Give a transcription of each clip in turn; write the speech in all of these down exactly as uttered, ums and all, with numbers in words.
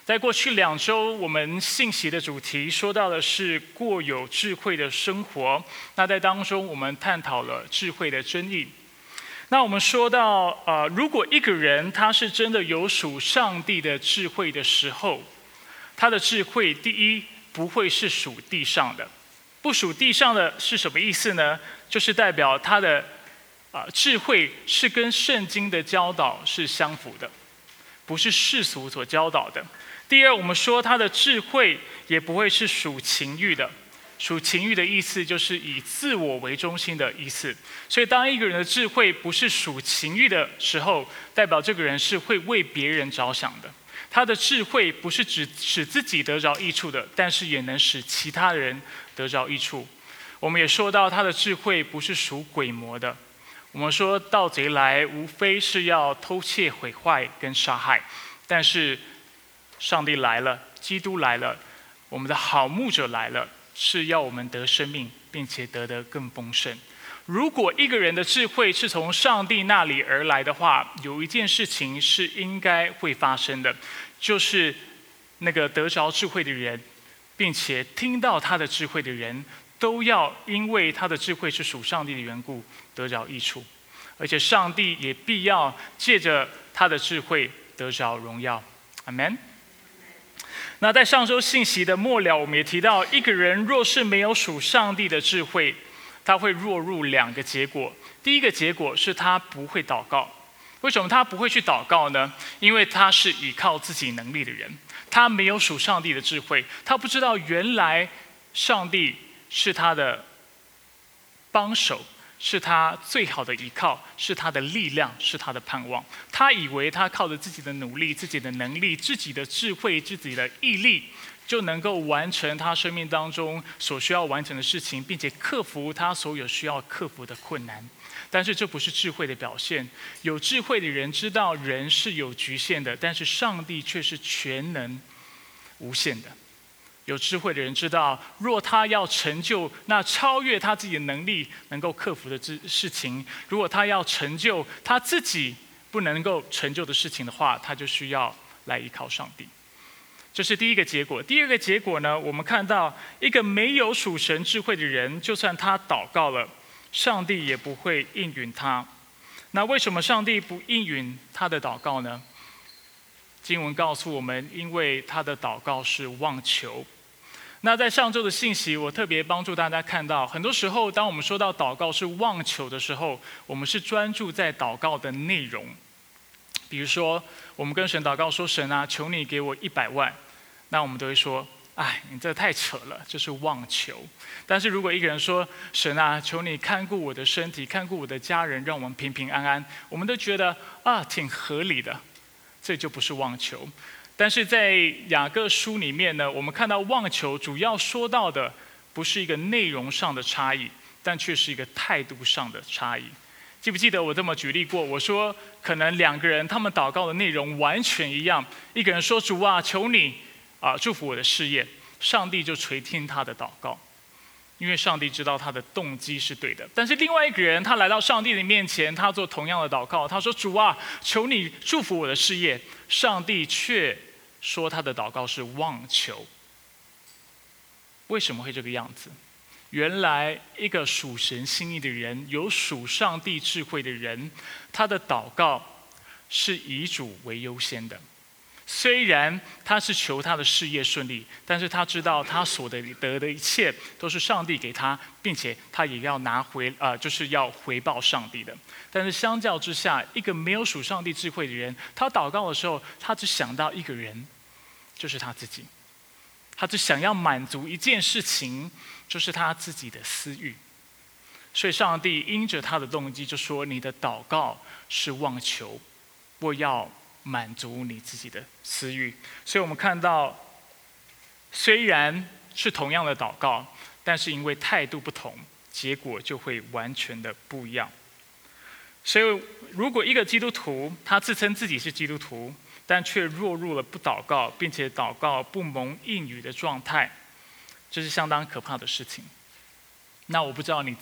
在过去两周，我们信息的主题说到的是过有智慧的生活。那在当中，我们探讨了智慧的真义。那我们说到，呃，如果一个人他是真的有属上帝的智慧的时候，他的智慧第一不会是属地上的。不属地上的是什么意思呢？就是代表他的啊、呃、智慧是跟圣经的教导是相符的，不是世俗所教导的。第二，我们说他的智慧也不会是属情欲的。属情欲的意思就是以自我为中心的意思。所以当一个人的智慧不是属情欲的时候，代表这个人是会为别人着想的。他的智慧不是只使自己得着益处的，但是也能使其他人得着益处。我们也说到他的智慧不是属鬼魔的。我们说盗贼来无非是要偷窃毁坏跟杀害，但是上帝来了，基督来了，我们的好牧者来了，是要我们得生命，并且得得更丰盛。如果一个人的智慧是从上帝那里而来的话，有一件事情是应该会发生的，就是那个得着智慧的人，并且听到他的智慧的人，都要因为他的智慧是属上帝的缘故得着益处，而且上帝也必要借着他的智慧得着荣耀。阿们。那在上周信息的末了，我们也提到，一个人若是没有属上帝的智慧，他会落入两个结果。第一个结果是他不会祷告。为什么他不会去祷告呢？因为他是依靠自己能力的人，他没有属上帝的智慧，他不知道原来上帝是他的帮手，是他最好的依靠，是他的力量，是他的盼望。他以为他靠着自己的努力、自己的能力、自己的智慧、自己的毅力，就能够完成他生命当中所需要完成的事情，并且克服他所有需要克服的困难。但是这不是智慧的表现。有智慧的人知道人是有局限的，但是上帝却是全能无限的。有智慧的人知道，若他要成就那超越他自己的能力能够克服的事情，如果他要成就他自己不能够成就的事情的话，他就需要来依靠上帝。这是第一个结果。第二个结果呢，我们看到一个没有属神智慧的人，就算他祷告了，上帝也不会应允他。那为什么上帝不应允他的祷告呢？经文告诉我们，因为他的祷告是妄求。那在上周的信息，我特别帮助大家看到，很多时候当我们说到祷告是妄求的时候，我们是专注在祷告的内容。比如说，我们跟神祷告说：“神啊，求你给我一百万。”那我们都会说：“哎，你这太扯了，这是妄求。”但是如果一个人说：“神啊，求你看顾我的身体，看顾我的家人，让我们平平安安。”我们都觉得啊，挺合理的，这就不是妄求。但是在雅各书里面呢，我们看到妄求主要说到的不是一个内容上的差异，但却是一个态度上的差异。记不记得我这么举例过？我说可能两个人他们祷告的内容完全一样，一个人说：“主啊，求你啊祝福我的事业。”上帝就垂听他的祷告，因为上帝知道他的动机是对的。但是另外一个人他来到上帝的面前，他做同样的祷告，他说：“主啊，求你祝福我的事业。”上帝却说他的祷告是妄求。为什么会这个样子？原来一个属神心意的人，有属上帝智慧的人，他的祷告是以主为优先的。虽然他是求他的事业顺利，但是他知道他所得的一切都是上帝给他，并且他也要拿回呃，就是要回报上帝的。但是相较之下，一个没有属上帝智慧的人，他祷告的时候，他只想到一个人，就是他自己。他只想要满足一件事情，就是他自己的私欲。所以上帝因着他的动机就说：“你的祷告是妄求，我要满足你自己的私欲。”所以我们看到，虽然是同样的祷告，但是因为态度不同，结果就会完全的不一样。所以如果一个基督徒他自称自己是基督徒，但却落入了不祷告，并且祷告不蒙应允的状态，这是相当可怕的事情。那我不知道你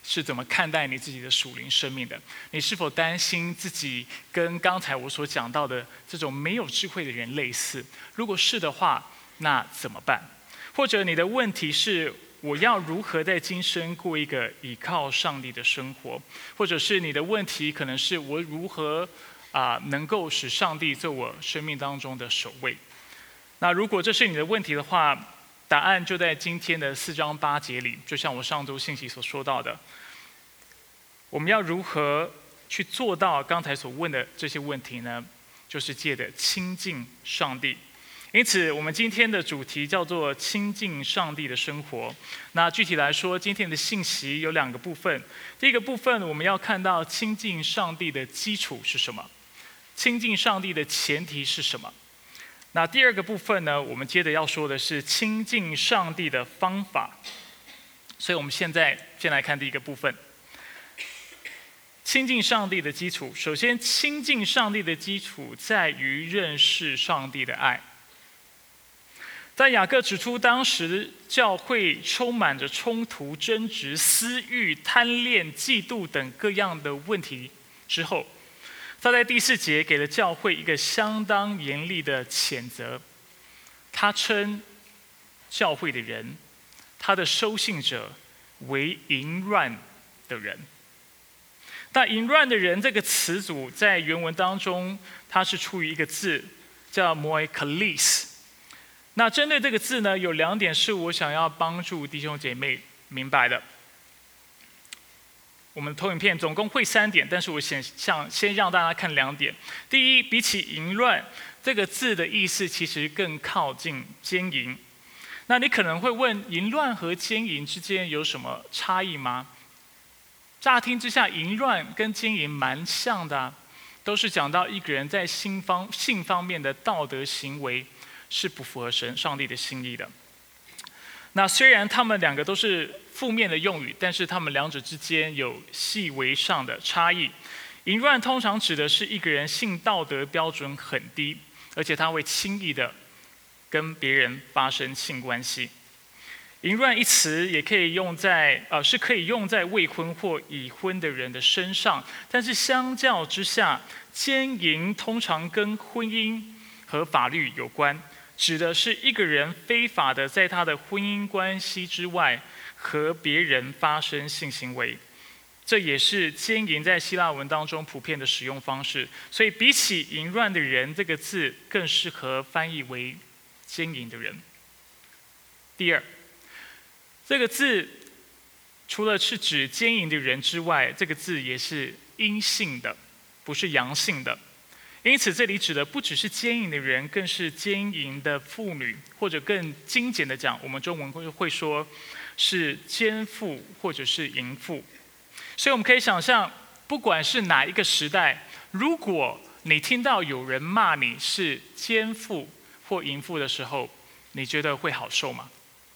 是怎么看待你自己的属灵生命的？你是否担心自己跟刚才我所讲到的这种没有智慧的人类似？如果是的话，那怎么办？或者你的问题是，我要如何在今生过一个倚靠上帝的生活？或者是你的问题可能是我如何啊、呃、能够使上帝做我生命当中的首位？那如果这是你的问题的话，答案就在今天的四章八节里，就像我上周信息所说到的，我们要如何去做到刚才所问的这些问题呢？就是借着亲近上帝。因此，我们今天的主题叫做亲近上帝的生活。那具体来说，今天的信息有两个部分。第一个部分，我们要看到亲近上帝的基础是什么，亲近上帝的前提是什么。那第二个部分呢，我们接着要说的是亲近上帝的方法。所以我们现在先来看第一个部分，亲近上帝的基础。首先，亲近上帝的基础在于认识上帝的爱。在雅各指出当时教会充满着冲突、争执、私欲、贪恋、嫉妒等各样的问题之后，他在第四节给了教会一个相当严厉的谴责。他称教会的人，他的收信者为淫乱的人。那淫乱的人这个词组在原文当中，它是出于一个字叫 moikalis。那针对这个字呢，有两点是我想要帮助弟兄姐妹明白的。我们投影片总共会三点，但是我想想先让大家看两点。第一，比起淫乱这个字的意思，其实更靠近奸淫。那你可能会问，淫乱和奸淫之间有什么差异吗？乍听之下，淫乱跟奸淫蛮像的啊，都是讲到一个人在性方性方面的道德行为是不符合神上帝的心意的。那虽然他们两个都是负面的用语，但是他们两者之间有细微上的差异。淫乱通常指的是一个人性道德标准很低，而且他会轻易的跟别人发生性关系。淫乱一词也可以用在呃是可以用在未婚或已婚的人的身上，但是相较之下，奸淫通常跟婚姻和法律有关，指的是一个人非法的在他的婚姻关系之外和别人发生性行为。这也是奸淫在希腊文当中普遍的使用方式，所以比起淫乱的人这个字更适合翻译为奸淫的人。第二，这个字除了是指奸淫的人之外，这个字也是阴性的，不是阳性的。因此这里指的不只是奸淫的人，更是奸淫的妇女，或者更精简的讲，我们中文会说是奸妇或者是淫妇。所以我们可以想象，不管是哪一个时代，如果你听到有人骂你是奸妇或淫妇的时候，你觉得会好受吗？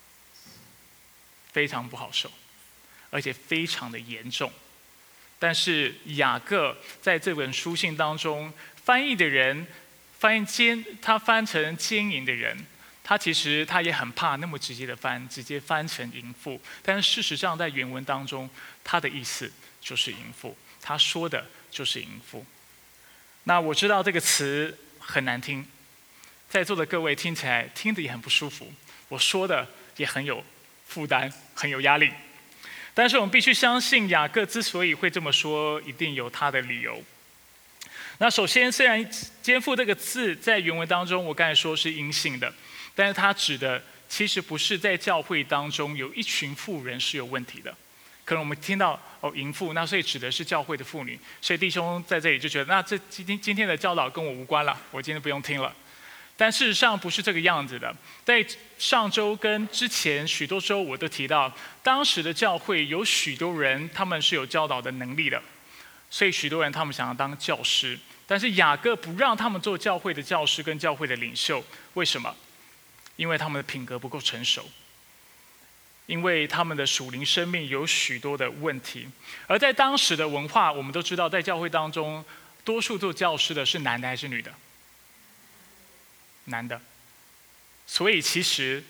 非常不好受，而且非常的严重。但是雅各在这本书信当中，翻译的人翻译奸，他翻成奸淫的人，他其实他也很怕那么直接的翻，直接翻成淫妇。但是事实上，在原文当中，他的意思就是淫妇，他说的就是淫妇。那我知道这个词很难听，在座的各位听起来听得也很不舒服，我说的也很有负担，很有压力。但是我们必须相信，雅各之所以会这么说，一定有他的理由。那首先，虽然奸妇这个字在原文当中，我刚才说是阴性的，但是它指的其实不是在教会当中有一群妇人是有问题的。可能我们听到哦淫妇，那所以指的是教会的妇女，所以弟兄在这里就觉得，那这今天今天的教导跟我无关了，我今天不用听了。但事实上不是这个样子的。在上周跟之前许多周，我都提到，当时的教会有许多人，他们是有教导的能力的，所以许多人他们想要当教师，但是雅各不让他们做教会的教师跟教会的领袖。为什么？因为他们的品格不够成熟，因为他们的属灵生命有许多的问题。而在当时的文化，我们都知道，在教会当中，多数做教师的是男的还是女的？男的。所以其实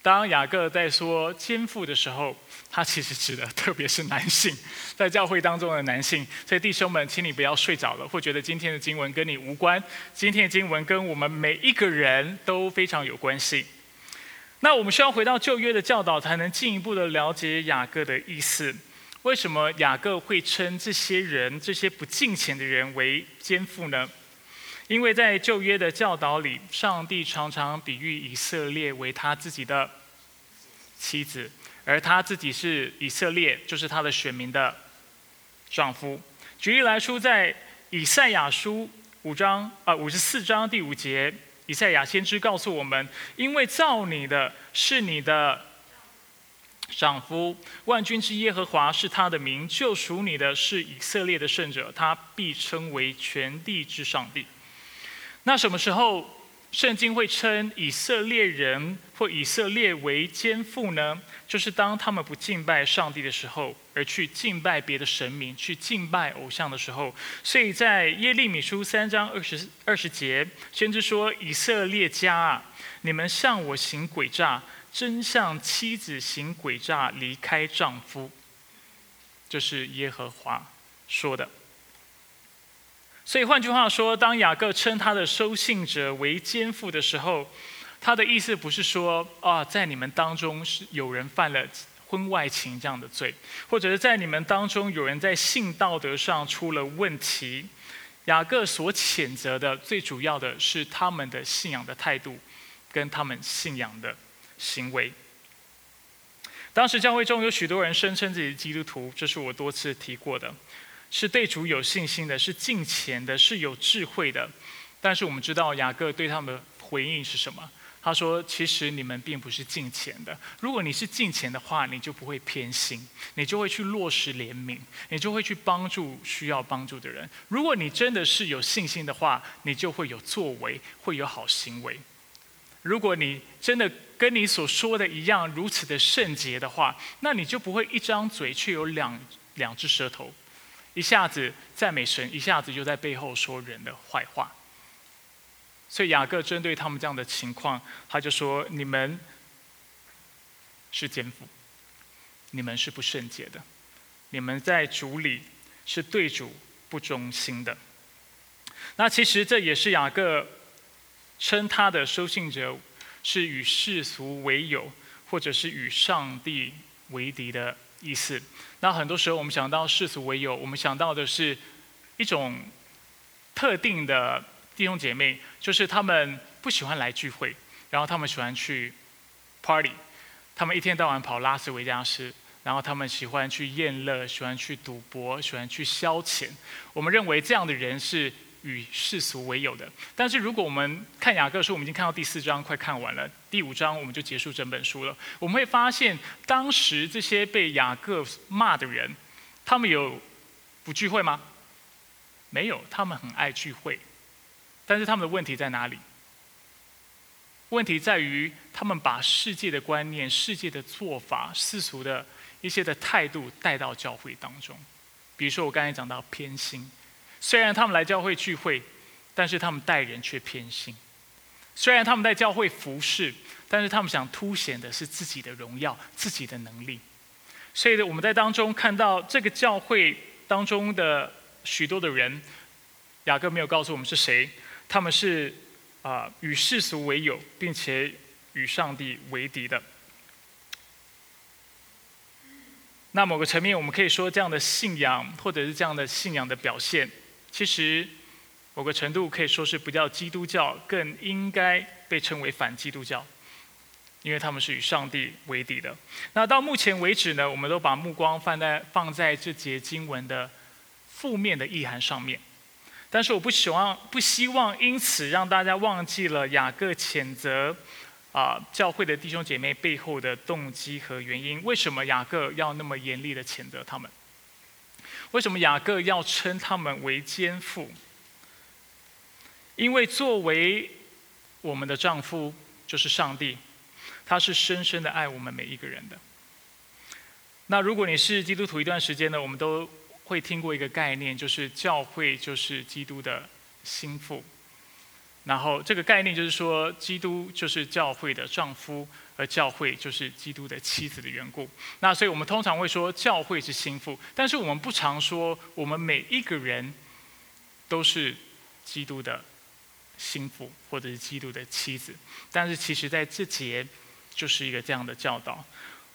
当雅各在说奸妇的时候，他其实指的特别是男性，在教会当中的男性。所以弟兄们，请你不要睡着了，或觉得今天的经文跟你无关。今天的经文跟我们每一个人都非常有关系。那我们需要回到旧约的教导，才能进一步的了解雅各的意思。为什么雅各会称这些人、这些不敬虔的人为奸妇呢？因为在旧约的教导里，上帝常常比喻以色列为他自己的妻子，而他自己是以色列，就是他的选民的丈夫。举例来说，在以赛亚书五章啊五十四章第五节，以赛亚先知告诉我们：因为造你的是你的丈夫，万军之耶和华是他的名，救赎你的是以色列的圣者，他必称为全地之上帝。那什么时候圣经会称以色列人或以色列为奸妇呢？就是当他们不敬拜上帝的时候，而去敬拜别的神明，去敬拜偶像的时候。所以在耶利米书三章二十二十节，先知说：以色列家啊，你们向我行诡诈，真向妻子行诡诈，离开丈夫。这是耶和华说的。所以换句话说，当雅各称他的收信者为奸妇的时候，他的意思不是说啊，在你们当中是有人犯了婚外情这样的罪，或者是在你们当中有人在性道德上出了问题。雅各所谴责的最主要的是他们的信仰的态度，跟他们信仰的行为。当时教会中有许多人声称自己是基督徒，这是我多次提过的。是对主有信心的，是敬虔的，是有智慧的。但是我们知道雅各对他们的回应是什么？他说：其实你们并不是敬虔的。如果你是敬虔的话，你就不会偏心，你就会去落实怜悯，你就会去帮助需要帮助的人。如果你真的是有信心的话，你就会有作为，会有好行为。如果你真的跟你所说的一样如此的圣洁的话，那你就不会一张嘴却有两两只舌头。一下子赞美神，一下子就在背后说人的坏话。所以雅各针对他们这样的情况，他就说：你们是奸妇，你们是不圣洁的，你们在主里是对主不忠心的。那其实这也是雅各称他的收信者是与世俗为友，或者是与上帝为敌的意思。那很多时候我们想到世俗为友，我们想到的是一种特定的弟兄姐妹，就是他们不喜欢来聚会，然后他们喜欢去 party， 他们一天到晚跑拉斯维加斯，然后他们喜欢去宴乐，喜欢去赌博，喜欢去消遣。我们认为这样的人是与世俗为友的。但是如果我们看雅各书，我们已经看到第四章，快看完了，第五章我们就结束整本书了。我们会发现，当时这些被雅各骂的人，他们有不聚会吗？没有，他们很爱聚会。但是他们的问题在哪里？问题在于他们把世界的观念、世界的做法、世俗的一些的态度带到教会当中。比如说我刚才讲到偏心，虽然他们来教会聚会，但是他们待人却偏心。虽然他们在教会服侍，但是他们想凸显的是自己的荣耀、自己的能力。所以我们在当中看到这个教会当中的许多的人，雅各没有告诉我们是谁，他们是啊、呃、与世俗为友，并且与上帝为敌的。那某个层面，我们可以说这样的信仰，或者是这样的信仰的表现，其实某个程度可以说是不叫基督教，更应该被称为反基督教，因为他们是与上帝为敌的。那到目前为止呢，我们都把目光放在放在这节经文的负面的意涵上面。但是我不希望不希望因此让大家忘记了雅各谴责啊、呃、教会的弟兄姐妹背后的动机和原因。为什么雅各要那么严厉的谴责他们？为什么雅各要称他们为奸妇？因为作为我们的丈夫就是上帝，他是深深的爱我们每一个人的。那如果你是基督徒一段时间呢，我们都会听过一个概念，就是教会就是基督的心腹。 然后这个概念就是说，基督就是教会的丈夫，而教会就是基督的妻子的缘故。那所以我们通常会说教会是心腹，但是我们不常说我们每一个人都是基督的心腹，或者是基督的妻子。但是其实在这节就是一个这样的教导。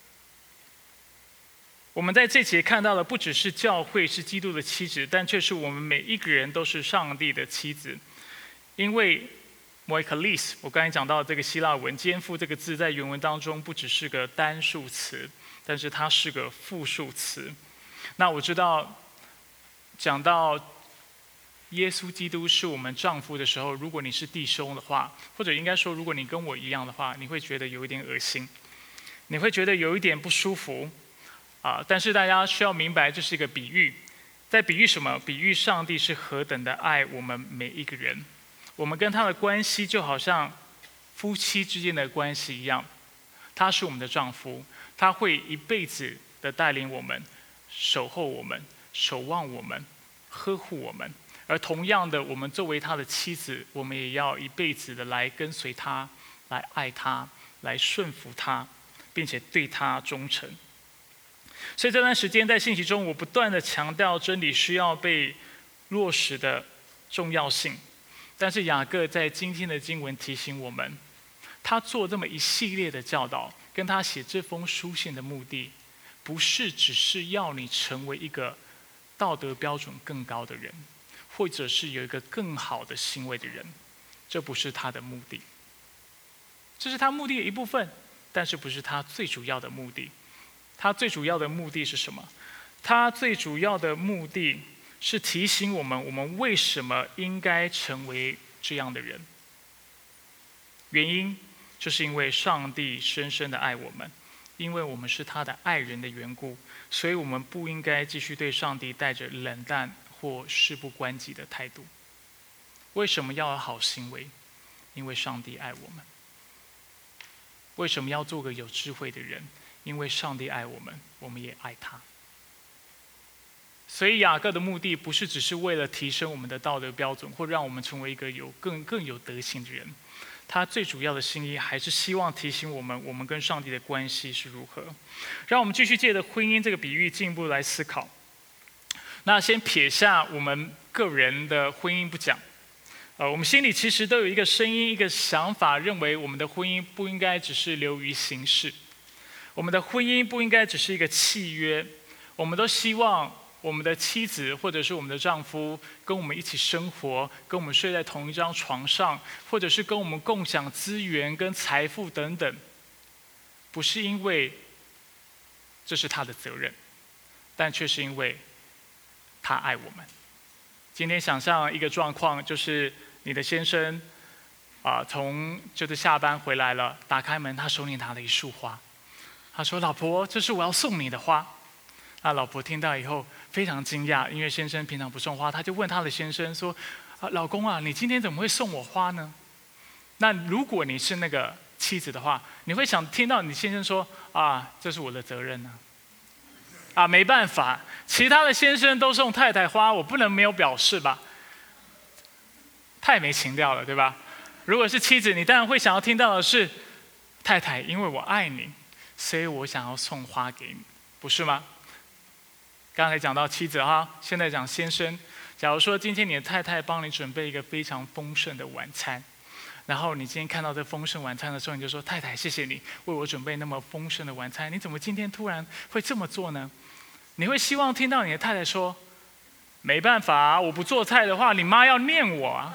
我们在这节看到的不只是教会是基督的妻子，但却是我们每一个人都是上帝的妻子。因为 moikalis， 我刚才讲到这个希腊文肩负这个字，在原文当中不只是个单数词，但是它是个复数词。那我知道，讲到耶稣基督是我们丈夫的时候，如果你是弟兄的话，或者应该说，如果你跟我一样的话，你会觉得有一点恶心，你会觉得有一点不舒服啊。但是大家需要明白，这是一个比喻，在比喻什么？比喻上帝是何等的爱我们每一个人。我们跟他的关系就好像夫妻之间的关系一样，他是我们的丈夫，他会一辈子的带领我们，守候我们，守望我们，呵护我们。而同样的，我们作为他的妻子，我们也要一辈子的来跟随他，来爱他，来顺服他，并且对他忠诚。所以这段时间在信息中，我不断的强调真理需要被落实的重要性。但是雅各在今天的经文提醒我们，他做这么一系列的教导，跟他写这封书信的目的，不是只是要你成为一个道德标准更高的人，或者是有一个更好的行为的人，这不是他的目的。这是他目的的一部分，但是不是他最主要的目的。他最主要的目的是什么？他最主要的目的是提醒我们，我们为什么应该成为这样的人。原因就是因为上帝深深的爱我们，因为我们是他的爱人的缘故，所以我们不应该继续对上帝带着冷淡或事不关己的态度。为什么要有好行为？因为上帝爱我们。为什么要做个有智慧的人？因为上帝爱我们，我们也爱他。所以雅各的目的不是只是为了提升我们的道德标准，或让我们成为一个有更更有德行的人。他最主要的心意还是希望提醒我们，我们跟上帝的关系是如何。让我们继续借着婚姻这个比喻进一步来思考。那先撇下我们个人的婚姻不讲，呃，我们心里其实都有一个声音、一个想法，认为我们的婚姻不应该只是流于形式，我们的婚姻不应该只是一个契约，我们都希望我们的妻子或者是我们的丈夫跟我们一起生活，跟我们睡在同一张床上，或者是跟我们共享资源跟财富等等，不是因为这是他的责任，但却是因为他爱我们。今天想象一个状况，就是你的先生啊、呃，从就是下班回来了，打开门，他手里拿了一束花，他说：“老婆，这是我要送你的花。”那老婆听到以后非常惊讶，因为先生平常不送花，他就问他的先生说：“啊，老公啊，你今天怎么会送我花呢？”那如果你是那个妻子的话，你会想听到你先生说：“啊，这是我的责任呢、啊。”啊，没办法，其他的先生都送太太花，我不能没有表示吧？太没情调了，对吧？如果是妻子，你当然会想要听到的是：“太太，因为我爱你，所以我想要送花给你，不是吗？”刚才讲到妻子哈，现在讲先生。假如说今天你的太太帮你准备一个非常丰盛的晚餐，然后你今天看到这丰盛晚餐的时候，你就说：“太太，谢谢你为我准备那么丰盛的晚餐，你怎么今天突然会这么做呢？”你会希望听到你的太太说：“没办法啊，我不做菜的话，你妈要念我啊。”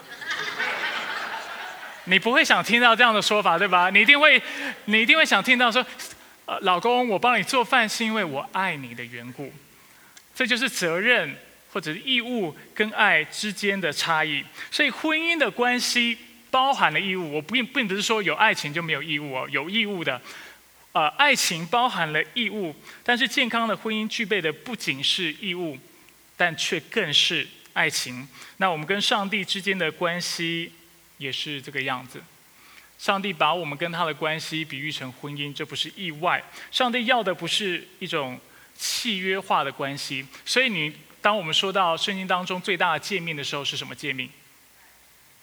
你不会想听到这样的说法，对吧？你一定会，你一定会想听到说：“呃，老公，我帮你做饭是因为我爱你的缘故。”这就是责任或者是义务跟爱之间的差异。所以婚姻的关系包含了义务，我并并不是说有爱情就没有义务哦，有义务的。呃，爱情包含了义务，但是健康的婚姻具备的不仅是义务，但却更是爱情。那我们跟上帝之间的关系也是这个样子。上帝把我们跟他的关系比喻成婚姻，这不是意外。上帝要的不是一种契约化的关系，所以你当我们说到圣经当中最大的诫命的时候，是什么诫命？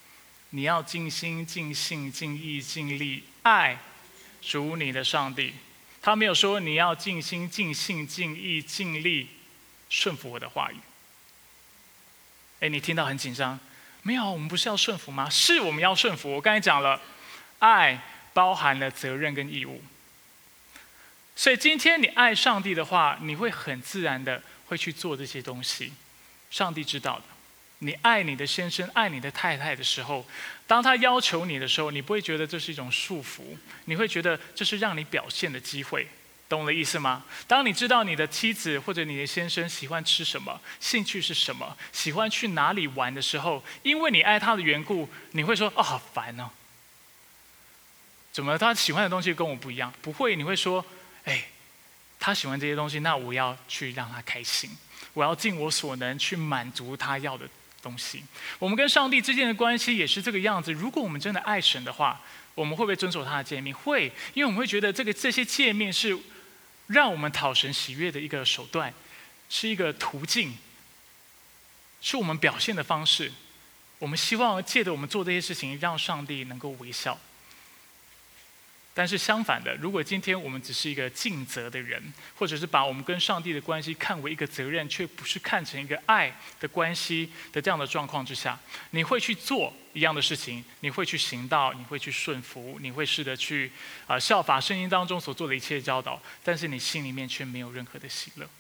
你要尽心、尽性、尽意、尽力爱主你的上帝。他没有说你要尽心、尽性、尽意、尽力顺服我的话语。哎，你听到很紧张？没有，我们不是要顺服吗？是我们要顺服。我刚才讲了，爱包含了责任跟义务。所以今天你爱上帝的话，你会很自然的会去做这些东西。上帝知道的。你爱你的先生、爱你的太太的时候，当他要求你的时候，你不会觉得这是一种束缚，你会觉得这是让你表现的机会，懂我的意思吗？当你知道你的妻子或者你的先生喜欢吃什么、兴趣是什么、喜欢去哪里玩的时候，因为你爱他的缘故，你会说：“哦，好烦哦，怎么他喜欢的东西跟我不一样？”不会，你会说：“哎，他喜欢这些东西，那我要去让他开心，我要尽我所能去满足他要的东西。”我们跟上帝之间的关系也是这个样子。如果我们真的爱神的话，我们会不会遵守他的诫命？会，因为我们会觉得这个这些诫命是让我们讨神喜悦的一个手段，是一个途径，是我们表现的方式。我们希望借着我们做这些事情，让上帝能够微笑。但是相反的，如果今天我们只是一个尽责的人，或者是把我们跟上帝的关系看为一个责任，却不是看成一个爱的关系的这样的状况之下，你会去做一样的事情，你会去行道，你会去顺服，你会试着去啊、呃、效法圣经当中所做的一切教导，但是你心里面却没有任何的喜乐，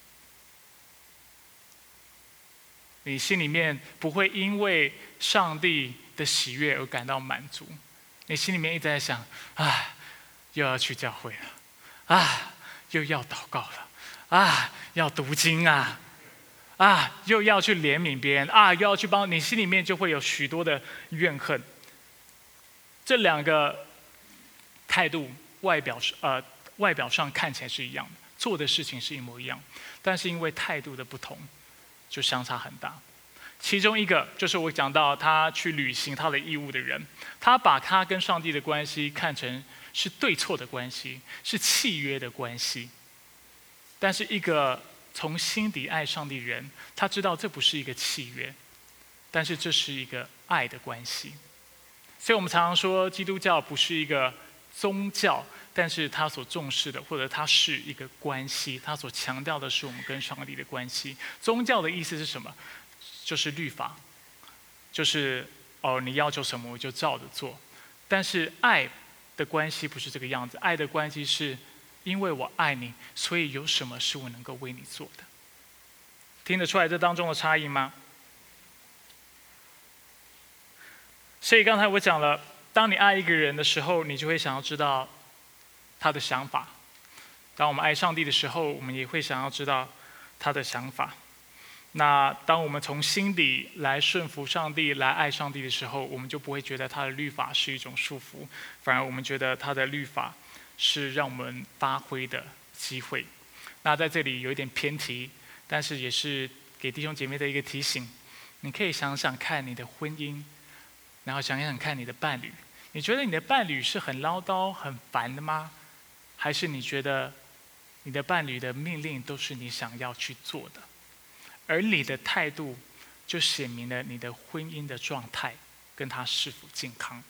你心里面不会因为上帝的喜悦而感到满足，你心里面一直在想：啊，又要去教会了，啊，又要祷告了，啊，要读经啊，啊，又要去怜悯别人啊，又要去帮，你心里面就会有许多的怨恨。这两个态度，外表呃外表上看起来是一样的，做的事情是一模一样，但是因为态度的不同，就相差很大。其中一个就是我讲到他去履行他的义务的人，他把他跟上帝的关系看成是对错的关系，是契约的关系。但是一个从心底爱上帝的人，他知道这不是一个契约，但是这是一个爱的关系。所以我们常常说基督教不是一个宗教，但是他所重视的，或者他是一个关系，他所强调的是我们跟上帝的关系。宗教的意思是什么？就是律法，就是哦，你要求什么我就照着做。但是爱的关系不是这个样子，爱的关系是因为我爱你，所以有什么是我能够为你做的。听得出来这当中的差异吗？所以刚才我讲了，当你爱一个人的时候，你就会想要知道他的想法。当我们爱上帝的时候，我们也会想要知道他的想法。那当我们从心底来顺服上帝、来爱上帝的时候，我们就不会觉得他的律法是一种束缚，反而我们觉得他的律法是让我们发挥的机会。那在这里有一点偏题，但是也是给弟兄姐妹的一个提醒。你可以想想看你的婚姻，然后想想看你的伴侣，你觉得你的伴侣是很唠叨、很烦的吗？还是你觉得你的伴侣的命令都是你想要去做的？而你的态度就显明了你的婚姻的状态跟他是否健康。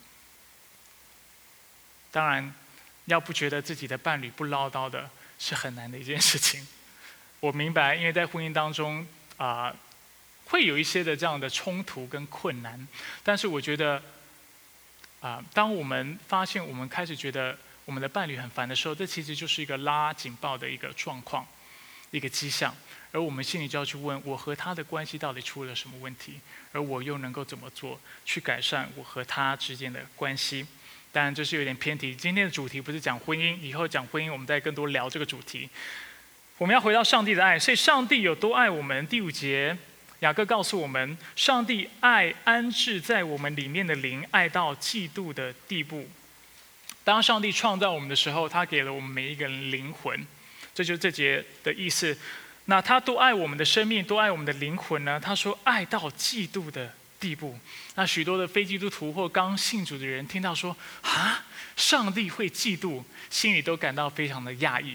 当然，要不觉得自己的伴侣不唠叨的是很难的一件事情。我明白，因为在婚姻当中啊、呃，会有一些的这样的冲突跟困难。但是我觉得啊、呃，当我们发现我们开始觉得我们的伴侣很烦的时候，这其实就是一个拉警报的一个状况，一个迹象。而我们心里就要去问，我和他的关系到底出了什么问题？而我又能够怎么做去改善我和他之间的关系？当然这是有点偏题，今天的主题不是讲婚姻，以后讲婚姻我们再更多聊这个主题。我们要回到上帝的爱，所以上帝有多爱我们？第五节，雅各告诉我们，上帝爱安置在我们里面的灵，爱到嫉妒的地步。当上帝创造我们的时候，他给了我们每一个人灵魂，这就是这节的意思。那他多爱我们的生命，多爱我们的灵魂呢？他说爱到嫉妒的地步。那许多的非基督徒或刚信主的人听到说啊，上帝会嫉妒，心里都感到非常的讶异，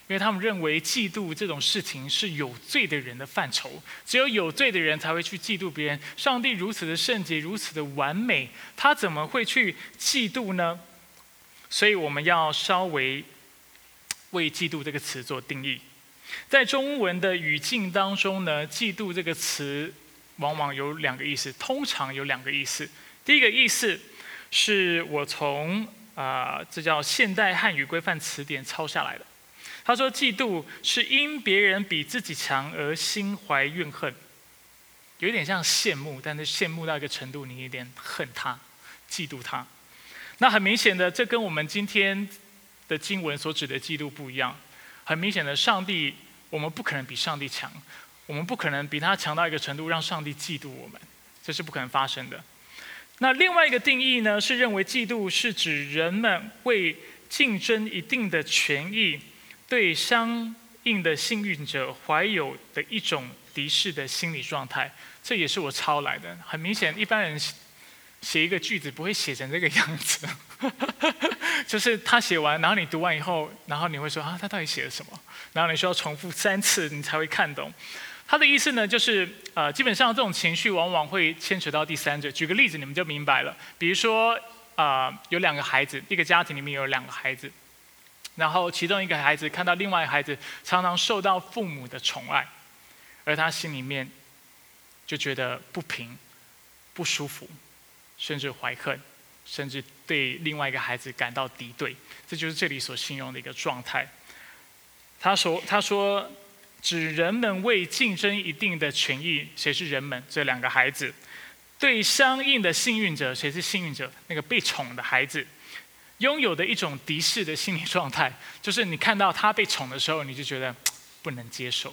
因为他们认为嫉妒这种事情是有罪的人的范畴，只有有罪的人才会去嫉妒别人。上帝如此的圣洁，如此的完美，他怎么会去嫉妒呢？所以我们要稍微为嫉妒这个词做定义。在中文的语境当中呢，嫉妒这个词往往有两个意思，通常有两个意思。第一个意思是我从啊、呃，这叫现代汉语规范词典抄下来的。他说，嫉妒是因别人比自己强而心怀怨恨，有点像羡慕，但是羡慕到一个程度，你有点恨他，嫉妒他。那很明显的，这跟我们今天的经文所指的嫉妒不一样。很明显的，上帝，我们不可能比上帝强，我们不可能比他强到一个程度，让上帝嫉妒我们，这是不可能发生的。那另外一个定义呢，是认为嫉妒是指人们为竞争一定的权益，对相应的幸运者怀有的一种敌视的心理状态。这也是我抄来的。很明显，一般人写一个句子不会写成这个样子，就是他写完，然后你读完以后，然后你会说啊，他到底写了什么？然后你需要重复三次，你才会看懂。他的意思呢，就是呃，基本上这种情绪往往会牵扯到第三者。举个例子，你们就明白了。比如说，啊、呃，有两个孩子，一个家庭里面有两个孩子，然后其中一个孩子看到另外一个孩子常常受到父母的宠爱，而他心里面就觉得不平、不舒服，甚至怀恨，甚至对另外一个孩子感到敌对。这就是这里所形容的一个状态。他说：“他说。”指人们为竞争一定的权益，谁是人们？这两个孩子，对相应的幸运者，谁是幸运者？那个被宠的孩子，拥有的一种敌视的心理状态，就是你看到他被宠的时候，你就觉得不能接受。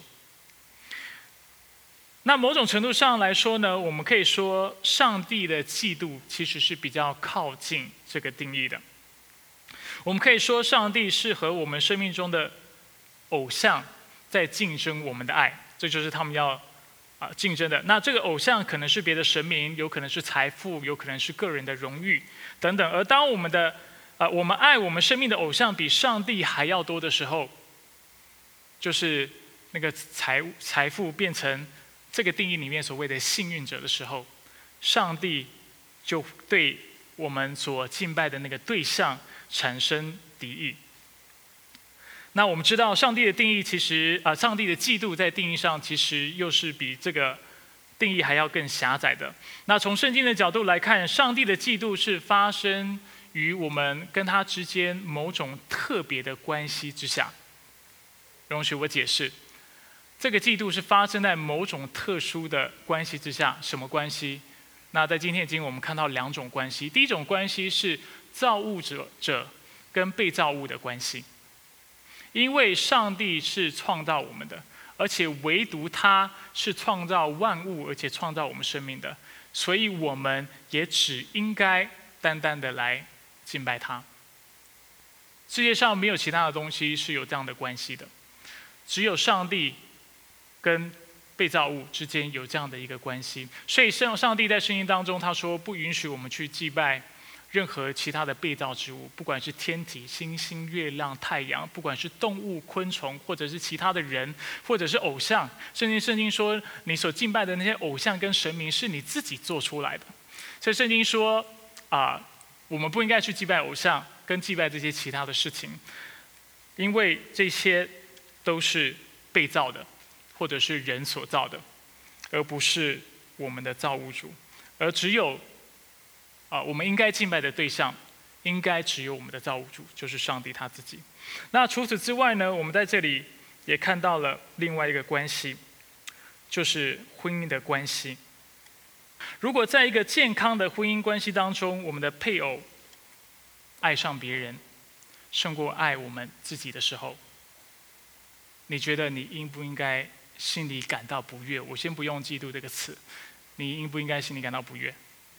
那某种程度上来说呢，我们可以说，上帝的嫉妒其实是比较靠近这个定义的。我们可以说，上帝是和我们生命中的偶像在竞争我们的爱，这就是他们要啊竞争的。那这个偶像可能是别的神明，有可能是财富，有可能是个人的荣誉等等。而当我们的啊我们爱我们生命的偶像比上帝还要多的时候，就是那个财财富变成这个定义里面所谓的幸运者的时候，上帝就对我们所敬拜的那个对象产生敌意。那我们知道，上帝的定义其实啊、呃，上帝的嫉妒在定义上其实又是比这个定义还要更狭窄的。那从圣经的角度来看，上帝的嫉妒是发生于我们跟他之间某种特别的关系之下。容许我解释，这个嫉妒是发生在某种特殊的关系之下。什么关系？那在今天的经文我们看到两种关系。第一种关系是造物者者跟被造物的关系。因为上帝是创造我们的，而且唯独他是创造万物，而且创造我们生命的，所以我们也只应该单单的来敬拜他。世界上没有其他的东西是有这样的关系的，只有上帝跟被造物之间有这样的一个关系。所以上帝在圣经当中他说，不允许我们去祭拜任何其他的被造之物，不管是天体、星星、月亮、太阳，不管是动物、昆虫，或者是其他的人，或者是偶像。圣经圣经说，你所敬拜的那些偶像跟神明是你自己做出来的。所以圣经说啊、呃，我们不应该去祭拜偶像，跟祭拜这些其他的事情，因为这些都是被造的，或者是人所造的，而不是我们的造物主。而只有啊，我们应该敬拜的对象，应该只有我们的造物主，就是上帝他自己。那除此之外呢，我们在这里也看到了另外一个关系，就是婚姻的关系。如果在一个健康的婚姻关系当中，我们的配偶爱上别人，胜过爱我们自己的时候，你觉得你应不应该心里感到不悦？我先不用嫉妒这个词，你应不应该心里感到不悦？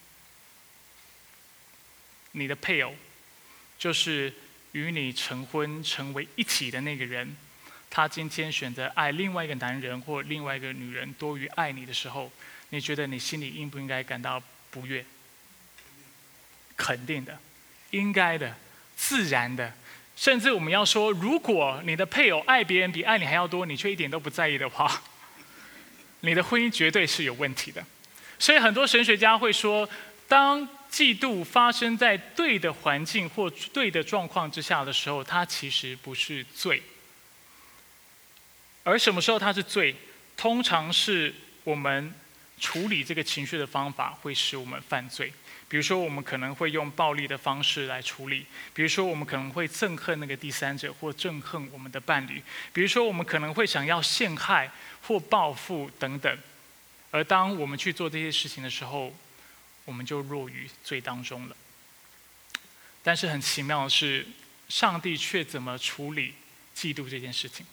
你的配偶就是与你成婚成为一体的那个人，他今天选择爱另外一个男人或另外一个女人多于爱你的时候，你觉得你心里应不应该感到不悦？肯定的，应该的，自然的， 甚至我们要说，如果你的配偶爱别人比爱你还要多，你却一点都不在意的话，你的婚姻绝对是有问题的。所以很多神学家会说，当嫉妒发生在对的环境或对的状况之下的时候，它其实不是罪。而什么时候它是罪？通常是我们处理这个情绪的方法会使我们犯罪。比如说，我们可能会用暴力的方式来处理；比如说，我们可能会憎恨那个第三者，或憎恨我们的伴侣；比如说，我们可能会想要陷害或报复等等。而当我们去做这些事情的时候，我们就落于罪当中了。但是很奇妙的是，上帝却怎么处理嫉妒这件事情？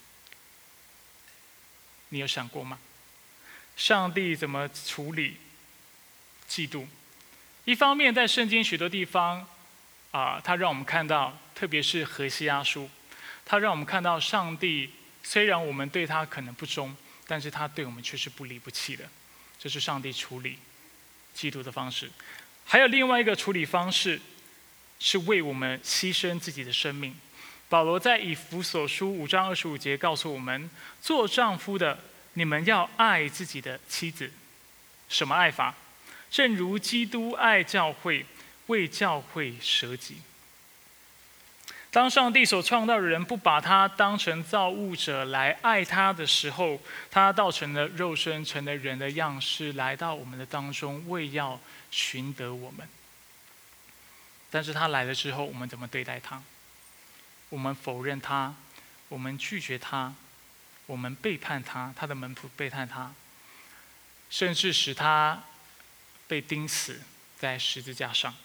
你有想过吗？上帝怎么处理嫉妒？一方面，在圣经许多地方，啊、呃，他让我们看到，特别是何西阿书，他让我们看到上帝虽然我们对他可能不忠，但是他对我们却是不离不弃的。这是上帝处理嫉妒的方式。还有另外一个处理方式，是为我们牺牲自己的生命。保罗在以弗所书五章二十五节告诉我们：做丈夫的，你们要爱自己的妻子。什么爱法？正如基督爱教会，为教会舍己。当上帝所创造的人不把他当成造物者来爱他的时候，他道成了肉身，成了人的样式，来到我们的当中，为要寻得我们。但是他来了之后，我们怎么对待他？我们否认他，我们拒绝他，我们背叛他，他的门徒背叛他，甚至使他被钉死在十字架上。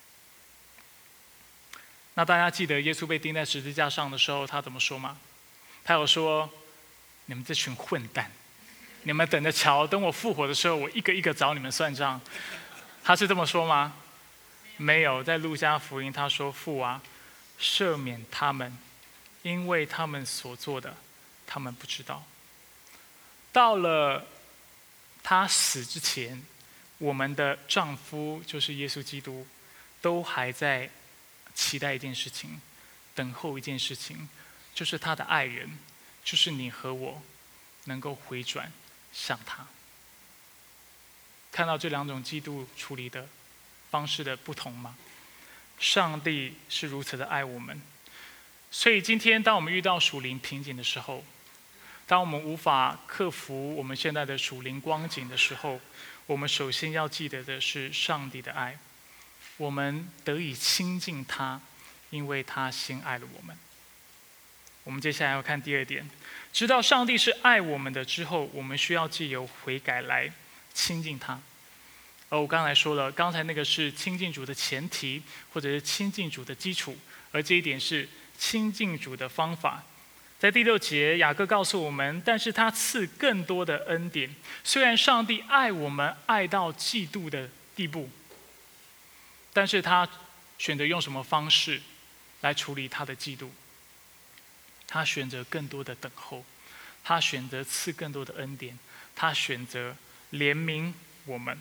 那大家记得耶稣被钉在十字架上的时候，他怎么说吗？他有说：“你们这群混蛋，你们等着瞧，等我复活的时候，我一个一个找你们算账。”他是这么说吗？没有，在路加福音他说：“父啊，赦免他们，因为他们所做的，他们不知道。”到了他死之前，我们的丈夫就是耶稣基督，都还在期待一件事情，等候一件事情，就是他的爱人，就是你和我，能够回转向他。看到这两种嫉妒处理的方式的不同吗？上帝是如此的爱我们，所以今天当我们遇到属灵瓶颈的时候，当我们无法克服我们现在的属灵光景的时候，我们首先要记得的是上帝的爱。我们得以亲近他，因为他先爱了我们。我们接下来要看第二点，知道上帝是爱我们的之后，我们需要藉由悔改来亲近他。而我刚才说了，刚才那个是亲近主的前提，或者是亲近主的基础，而这一点是亲近主的方法。在第六节，雅各告诉我们，但是他赐更多的恩典。虽然上帝爱我们爱到嫉妒的地步，但是他选择用什么方式来处理他的嫉妒？他选择更多的等候，他选择赐更多的恩典，他选择怜悯我们。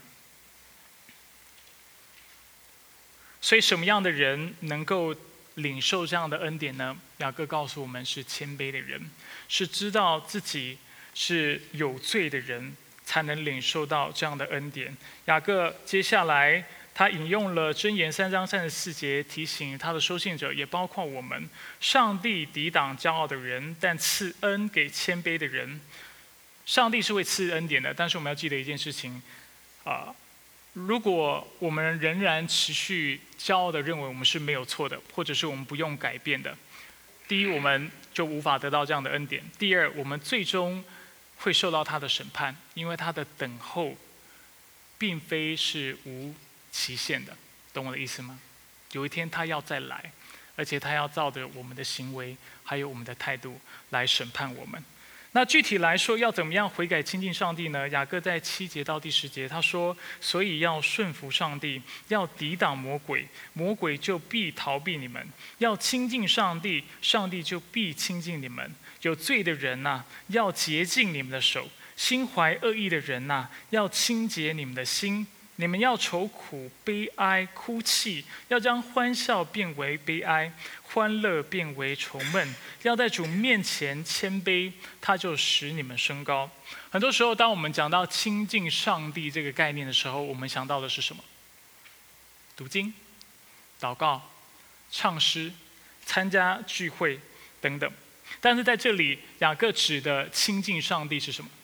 所以什么样的人能够领受这样的恩典呢？雅各告诉我们，是谦卑的人，是知道自己是有罪的人，才能领受到这样的恩典。雅各接下来他引用了箴言三章三十四节，提醒他的收信者，也包括我们：上帝抵挡骄傲的人，但赐恩给谦卑的人。上帝是会赐恩典的，但是我们要记得一件事情，啊、呃，如果我们仍然持续骄傲的认为我们是没有错的，或者是我们不用改变的，第一，我们就无法得到这样的恩典；第二，我们最终会受到他的审判，因为他的等候并非是无期限的，懂我的意思吗？有一天他要再来，而且他要照着我们的行为还有我们的态度来审判我们。那具体来说，要怎么样悔改亲近上帝呢？雅各在七节到第十节他说：所以要顺服上帝，要抵挡魔鬼，魔鬼就必逃避你们；要亲近上帝，上帝就必亲近你们。有罪的人呐、啊，要洁净你们的手；心怀恶意的人呐、啊，要清洁你们的心。 你们要愁苦、悲哀、哭泣，要将欢笑变为悲哀，欢乐变为愁闷。要在主面前谦卑，他就使你们升高。很多时候，当我们讲到亲近上帝这个概念的时候，我们想到的是什么？读经、祷告、唱诗、参加聚会等等。但是在这里，雅各指的亲近上帝是什么？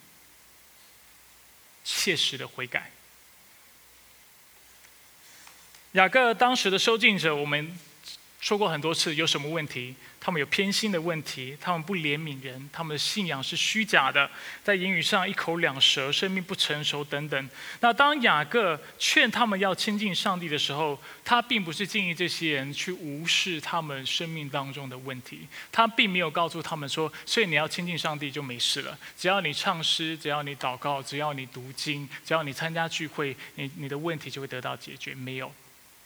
切实的悔改。雅各当时的收信者，我们说过很多次，有什么问题？他们有偏心的问题，他们不怜悯人，他们的信仰是虚假的，在言语上一口两舌，生命不成熟等等。那当雅各劝他们要亲近上帝的时候，他并不是建议这些人去无视他们生命当中的问题，他并没有告诉他们说，所以你要亲近上帝就没事了，只要你唱诗，只要你祷告，只要你读经，只要你参加聚会，你你的问题就会得到解决。没有。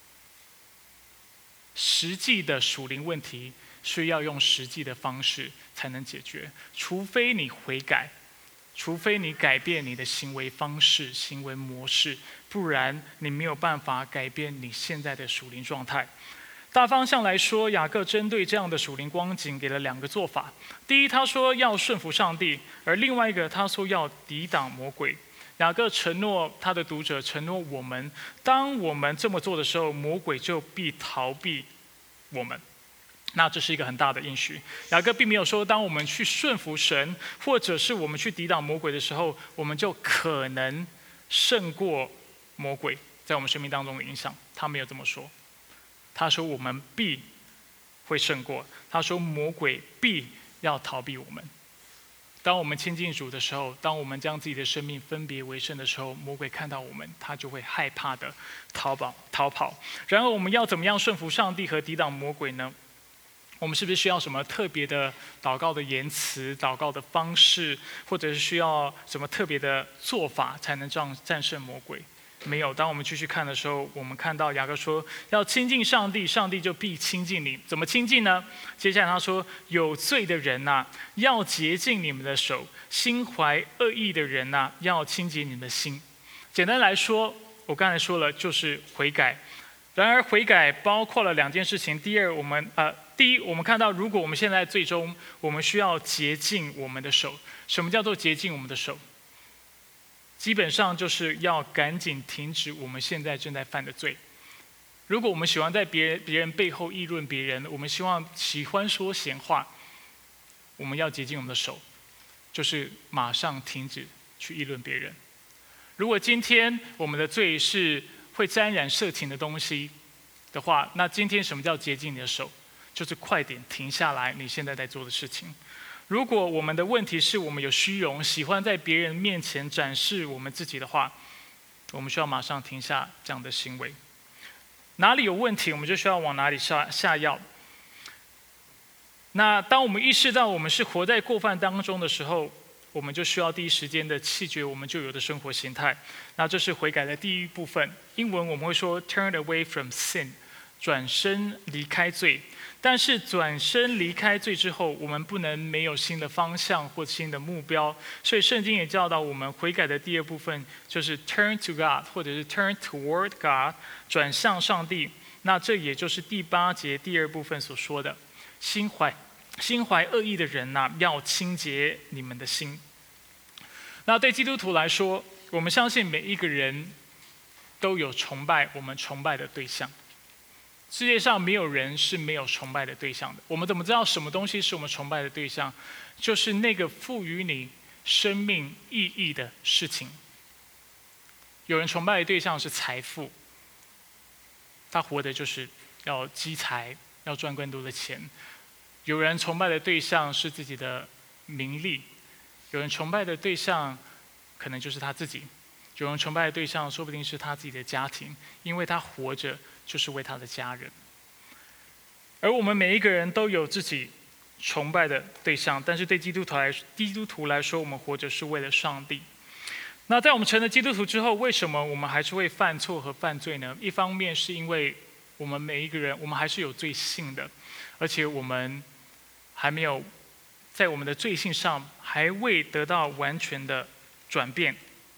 实际的属灵问题是要用实际的方式才能解决，除非你悔改，除非你改变你的行为方式、行为模式，不然你没有办法改变你现在的属灵状态。大方向来说，雅各针对这样的属灵光景给了两个做法。第一，他说要顺服上帝，而另外一个他说要抵挡魔鬼。雅各承诺他的读者，承诺我们，当我们这么做的时候，魔鬼就必逃避我们。那这是一个很大的应许。雅各并没有说，当我们去顺服神，或者是我们去抵挡魔鬼的时候，我们就可能胜过魔鬼在我们生命当中的影响。他没有这么说，他说我们必会胜过，他说魔鬼必要逃避我们。当我们亲近主的时候，当我们将自己的生命分别为圣的时候，魔鬼看到我们，他就会害怕的逃跑逃跑。然后我们要怎么样顺服上帝和抵挡魔鬼呢？我们是不是需要什么特别的祷告的言辞、祷告的方式，或者是需要什么特别的做法才能战战胜魔鬼？没有。当我们继续看的时候，我们看到雅各说要亲近上帝，上帝就必亲近你。怎么亲近呢？接下来他说，有罪的人呐、啊，要洁净你们的手；心怀恶意的人呐、啊，要清洁你们的心。简单来说，我刚才说了，就是悔改。然而悔改包括了两件事情。第二，我们呃，第一，我们看到，如果我们现在最终我们需要洁净我们的手。什么叫做洁净我们的手？基本上就是要赶紧停止我们现在正在犯的罪。如果我们喜欢在别人别人背后议论别人，我们希望喜欢说闲话，我们要洁净我们的手，就是马上停止去议论别人。如果今天我们的罪是会沾染色情的东西的话，那今天什么叫洁净你的手？就是快点停下来你现在在做的事情。如果我们的问题是我们有虚荣，喜欢在别人面前展示我们自己的话，我们需要马上停下这样的行为。哪里有问题，我们就需要往哪里下下药。那当我们意识到我们是活在过犯当中的时候，我们就需要第一时间的弃绝我们旧有的生活形态。那这是悔改的第一部分。英文我们会说 turn away from sin， 转身离开罪。但是转身离开罪之后，我们不能没有新的方向或新的目标。所以圣经也教导我们，悔改的第二部分就是 turn to God， 或者是 turn toward God， 转向上帝。那这也就是第八节第二部分所说的，心怀心怀恶意的人呐、啊，要清洁你们的心。那对基督徒来说，我们相信每一个人都有崇拜我们崇拜的对象。世界上没有人是没有崇拜的对象的。我们怎么知道什么东西是我们崇拜的对象？就是那个赋予你生命意义的事情。有人崇拜的对象是财富，他活的就是要积财，要赚更多的钱。有人崇拜的对象是自己的名利，有人崇拜的对象可能就是他自己，有人崇拜的对象说不定是他自己的家庭，因为他活着就是为他的家人。而我们每一个人都有自己崇拜的对象，但是对基督徒来基督徒来说，我们活着是为了上帝。那在我们成了基督徒之后，为什么我们还是会犯错和犯罪呢？一方面是因为我们每一个人，我们还是有罪性的，而且我们还没有在我们的罪性上还未得到完全的转变。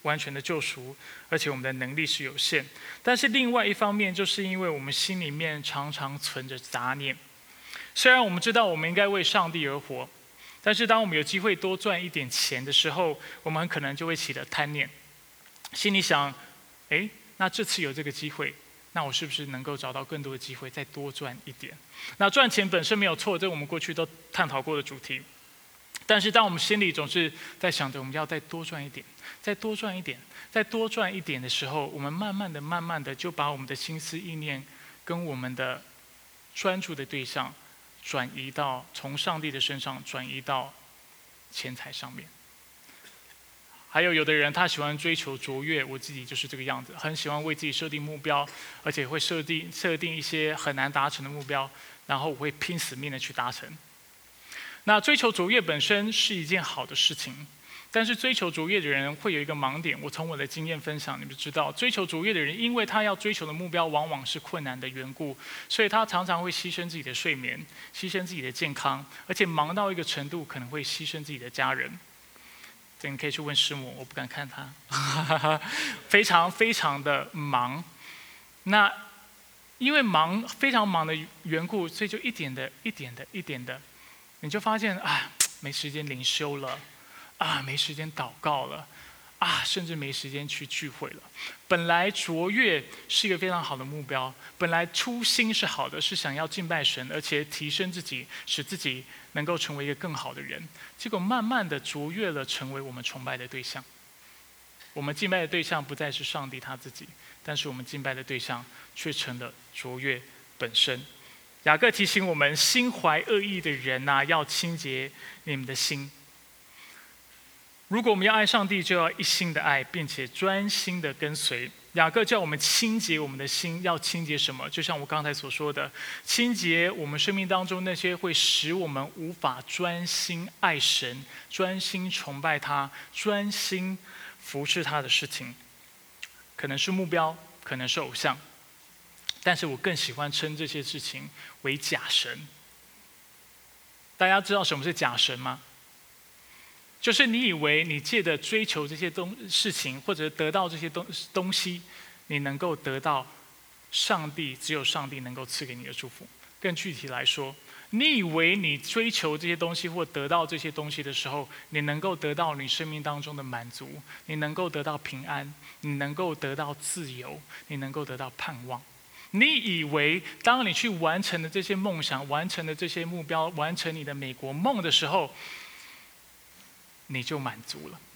完全的救赎，而且我们的能力是有限。但是另外一方面，就是因为我们心里面常常存着杂念。虽然我们知道我们应该为上帝而活，但是当我们有机会多赚一点钱的时候，我们很可能就会起了贪念，心里想：哎，那这次有这个机会，那我是不是能够找到更多的机会，再多赚一点？那赚钱本身没有错，这是我们过去都探讨过的主题。但是当我们心里总是在想着我们要再多赚一点，再多赚一点，再多赚一点的时候，我们慢慢的、慢慢的就把我们的心思意念跟我们的专注的对象转移到从上帝的身上转移到钱财上面。还有有的人他喜欢追求卓越，我自己就是这个样子，很喜欢为自己设定目标，而且会设定设定一些很难达成的目标，然后我会拼死命的去达成。那追求卓越本身是一件好的事情，但是追求卓越的人会有一个盲点。我从我的经验分享，你们知道，追求卓越的人，因为他要追求的目标往往是困难的缘故，所以他常常会牺牲自己的睡眠，牺牲自己的健康，而且忙到一个程度，可能会牺牲自己的家人。这你可以去问师母，我不敢看他，非常非常的忙。那因为忙非常忙的缘故，所以就一点的、一点的、一点的。你就发现啊，没时间灵修了，啊，没时间祷告了，啊，甚至没时间去聚会了。本来卓越是一个非常好的目标，本来初心是好的，是想要敬拜神，而且提升自己，使自己能够成为一个更好的人。结果慢慢的卓越了，成为我们崇拜的对象。我们敬拜的对象不再是上帝他自己，但是我们敬拜的对象却成了卓越本身。雅各提醒我们，心怀恶意的人呐、啊，要清洁你们的心。如果我们要爱上帝，就要一心的爱，并且专心的跟随。雅各叫我们清洁我们的心，要清洁什么？就像我刚才所说的，清洁我们生命当中那些会使我们无法专心爱神、专心崇拜他、专心服侍他的事情，可能是目标，可能是偶像。但是我更喜欢称这些事情为假神。大家知道什么是假神吗？就是你以为你借着追求这些东事情，或者得到这些东东西，你能够得到上帝只有上帝能够赐给你的祝福。更具体来说，你以为你追求这些东西或得到这些东西的时候，你能够得到你生命当中的满足，你能够得到平安，你能够得到自由，你能够得到盼望。你以为当你去完成了这些梦想，完成了这些目标，完成你的美国梦的时候，你就满足了。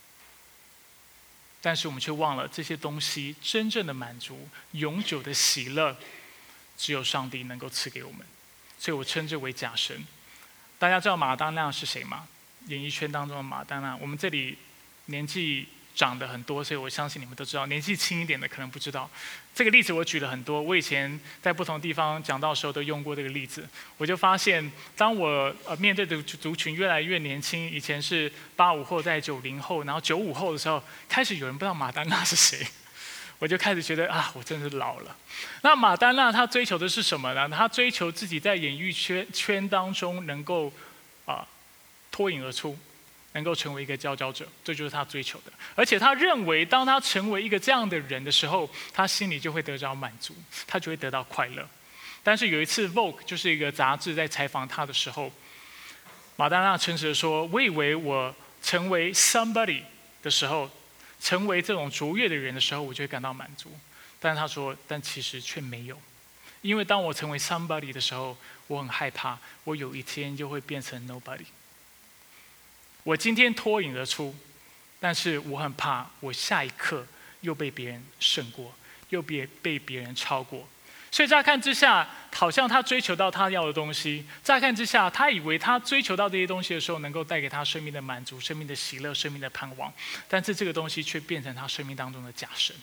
但是我们却忘了，这些东西真正的满足、永久的喜乐，只有上帝能够赐给我们。所以我称之为假神。大家知道马丹娜是谁吗？演艺圈当中的马丹娜，我们这里年纪长得很多，所以我相信你们都知道。年纪轻一点的可能不知道。这个例子我举了很多，我以前在不同地方讲到的时候都用过这个例子。我就发现，当我呃面对的族群越来越年轻，以前是八五后，在九零后，然后九五后的时候，开始有人不知道马丹娜是谁，我就开始觉得啊，我真是老了。那马丹娜她追求的是什么呢？她追求自己在演艺圈圈当中能够啊、呃、脱颖而出。能够成为一个佼佼者，这就是他追求的。而且他认为，当他成为一个这样的人的时候，他心里就会得到满足，他就会得到快乐。但是有一次 Vogue 就是一个杂志在采访他的时候，马丹娜诚实的说：“我以为我成为 somebody 的时候，成为这种卓越的人的时候，我就会感到满足。”但是他说：“但其实却没有，因为当我成为 somebody 的时候，我很害怕，我有一天就会变成 nobody。”我今天脱颖而出，但是我很怕，我下一刻又被别人胜过，又被被别人超过。所以乍看之下，好像他追求到他要的东西；乍看之下，他以为他追求到这些东西的时候，能够带给他生命的满足、生命的喜乐、生命的盼望。但是这个东西却变成他生命当中的假神，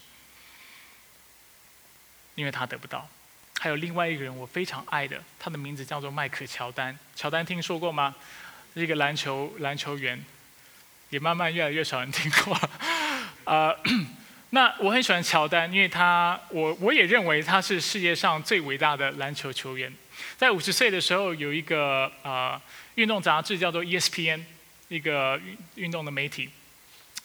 因为他得不到。还有另外一个人，我非常爱的，他的名字叫做迈克·乔丹。乔丹听说过吗？是一个篮球篮球员，也慢慢越来越少人听过。呃，那我很喜欢乔丹，因为他我我也认为他是世界上最伟大的篮球球员。在五十岁的时候，有一个呃运动杂志叫做 E S P N， 一个运运动的媒体，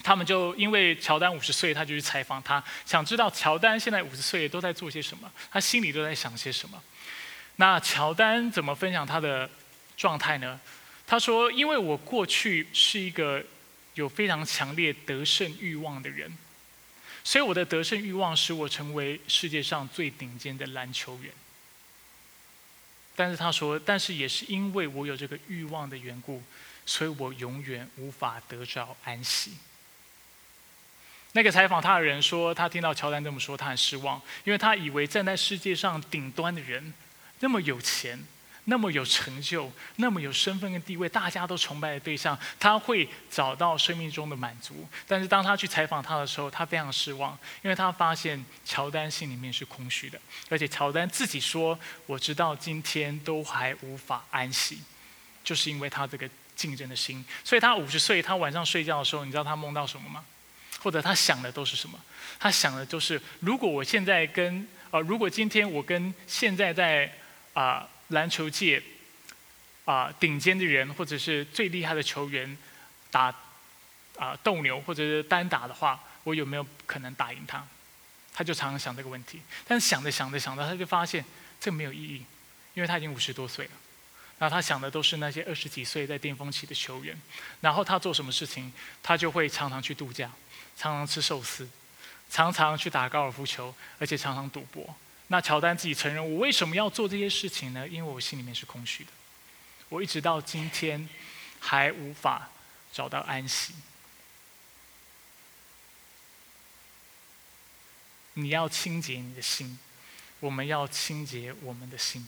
他们就因为乔丹五十岁，他就去采访他，想知道乔丹现在五十岁都在做些什么，他心里都在想些什么。那乔丹怎么分享他的状态呢？他说：“因为我过去是一个有非常强烈得胜欲望的人，所以我的得胜欲望使我成为世界上最顶尖的篮球员。但是他说，但是也是因为我有这个欲望的缘故，所以我永远无法得着安息。”那个采访他的人说，他听到乔丹这么说，他很失望，因为他以为站在世界上顶端的人，那么有钱，那么有成就，那么有身份跟地位，大家都崇拜的对象，他会找到生命中的满足。但是当他去采访他的时候，他非常失望，因为他发现乔丹心里面是空虚的，而且乔丹自己说：“我直到今天都还无法安息，就是因为他这个竞争的心。”所以他五十岁，他晚上睡觉的时候，你知道他梦到什么吗？或者他想的都是什么？他想的都是，如果我现在跟呃，如果今天我跟现在在啊、呃、篮球界啊、呃、顶尖的人，或者是最厉害的球员打啊、呃、斗牛或者是单打的话，我有没有可能打赢他？他就常常想这个问题。但是想着想着想着，他就发现这没有意义，因为他已经五十多岁了。然后他想的都是那些二十几岁在巅峰期的球员。然后他做什么事情，他就会常常去度假。常常吃寿司，常常去打高尔夫球，而且常常赌博。那乔丹自己承认，我为什么要做这些事情呢？因为我心里面是空虚的，我一直到今天还无法找到安息。你要清洁你的心，我们要清洁我们的心。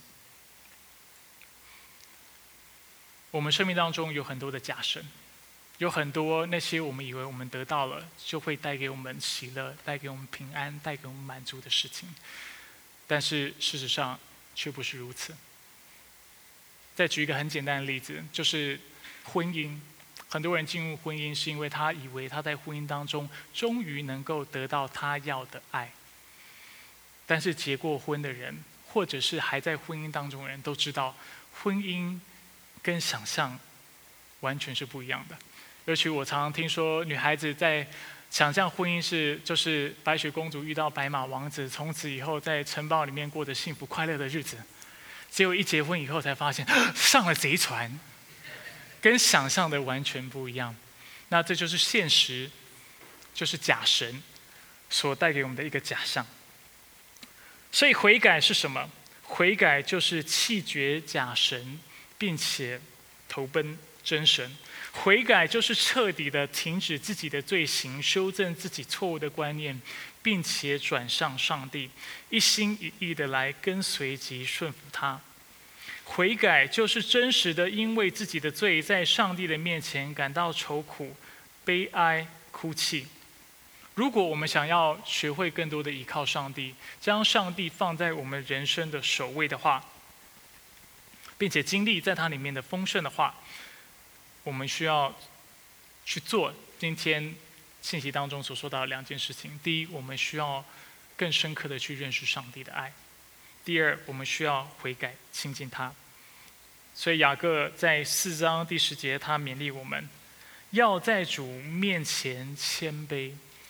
我们生命当中有很多的假神。有很多那些我们以为我们得到了，就会带给我们喜乐、带给我们平安、带给我们满足的事情，但是事实上却不是如此。再举一个很简单的例子，就是婚姻。很多人进入婚姻是因为他以为他在婚姻当中终于能够得到他要的爱，但是结过婚的人，或者是还在婚姻当中的人都知道，婚姻跟想象完全是不一样的。尤其我常常听说，女孩子在想象婚姻是就是白雪公主遇到白马王子，从此以后在城堡里面过着幸福快乐的日子。结果一结婚以后才发现，上了贼船，跟想象的完全不一样。那这就是现实，就是假神所带给我们的一个假象。所以悔改是什么？悔改就是弃绝假神，并且投奔真神。悔改就是彻底的停止自己的罪行，修正自己错误的观念，并且转向上帝，一心一意的来跟随及顺服他。悔改就是真实的因为自己的罪，在上帝的面前感到愁苦、悲哀、哭泣。如果我们想要学会更多的依靠上帝，将上帝放在我们人生的首位的话，并且经历在它里面的丰盛的话，我们需要去做今天信息当中所说到的两件事情。第一，我们需要更深刻的去认识上帝的爱；第二，我们需要悔改亲近他。所以雅各在四章第十节，他勉励我们要在主面前谦卑，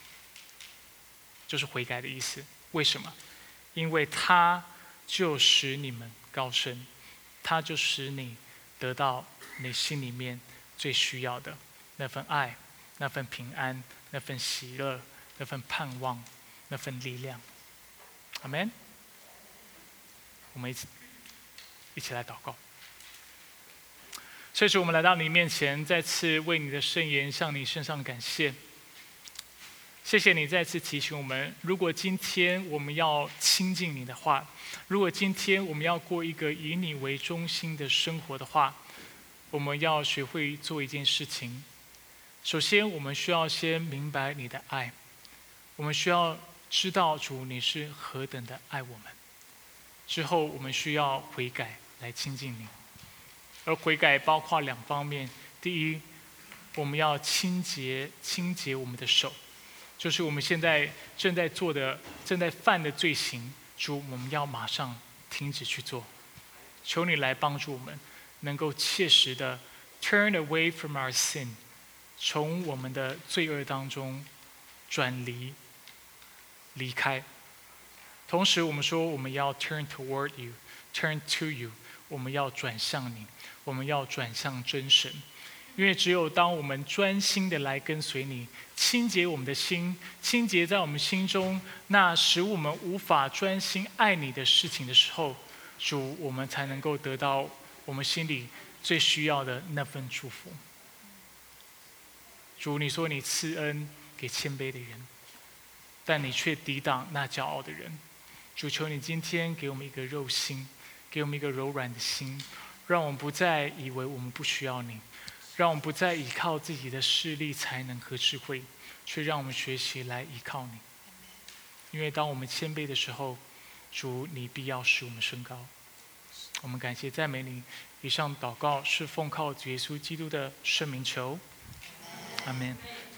就是悔改的意思。为什么？因为他就使你们高升，他就使你得到你心里面最需要的那份爱、那份平安、那份喜乐、那份盼望、那份力量。阿们。我们一起一起来祷告。所以，主，我们来到你面前，再次为你的圣言向你献上感谢。谢谢你再次提醒我们，如果今天我们要亲近你的话，如果今天我们要过一个以你为中心的生活的话，我们要学会做一件事情。首先，我们需要先明白你的爱，我们需要知道主你是何等的爱我们。之后，我们需要悔改来亲近你，而悔改包括两方面：第一，我们要清洁清洁我们的手，就是我们现在正在做的、正在犯的罪行，主，我们要马上停止去做。求你来帮助我们，能够切实的 turn away from our sin， 从我们的罪恶当中转离、离开。同时，我们说我们要 turn toward you，turn to you， 我们要转向你，我们要转向真神。因为只有当我们专心的来跟随你，清洁我们的心，清洁在我们心中那使我们无法专心爱你的事情的时候，主，我们才能够得到我们心里最需要的那份祝福。主，你说你赐恩给谦卑的人，但你却抵挡那骄傲的人。主，求你今天给我们一个肉心，给我们一个柔软的心，让我们不再以为我们不需要你，让我们不再依靠自己的势力、才能和智慧，却让我们学习来依靠你。因为当我们谦卑的时候，主，你必要使我们升高。我们感谢赞美你。以上祷告是奉靠主耶稣基督的圣名求，阿们。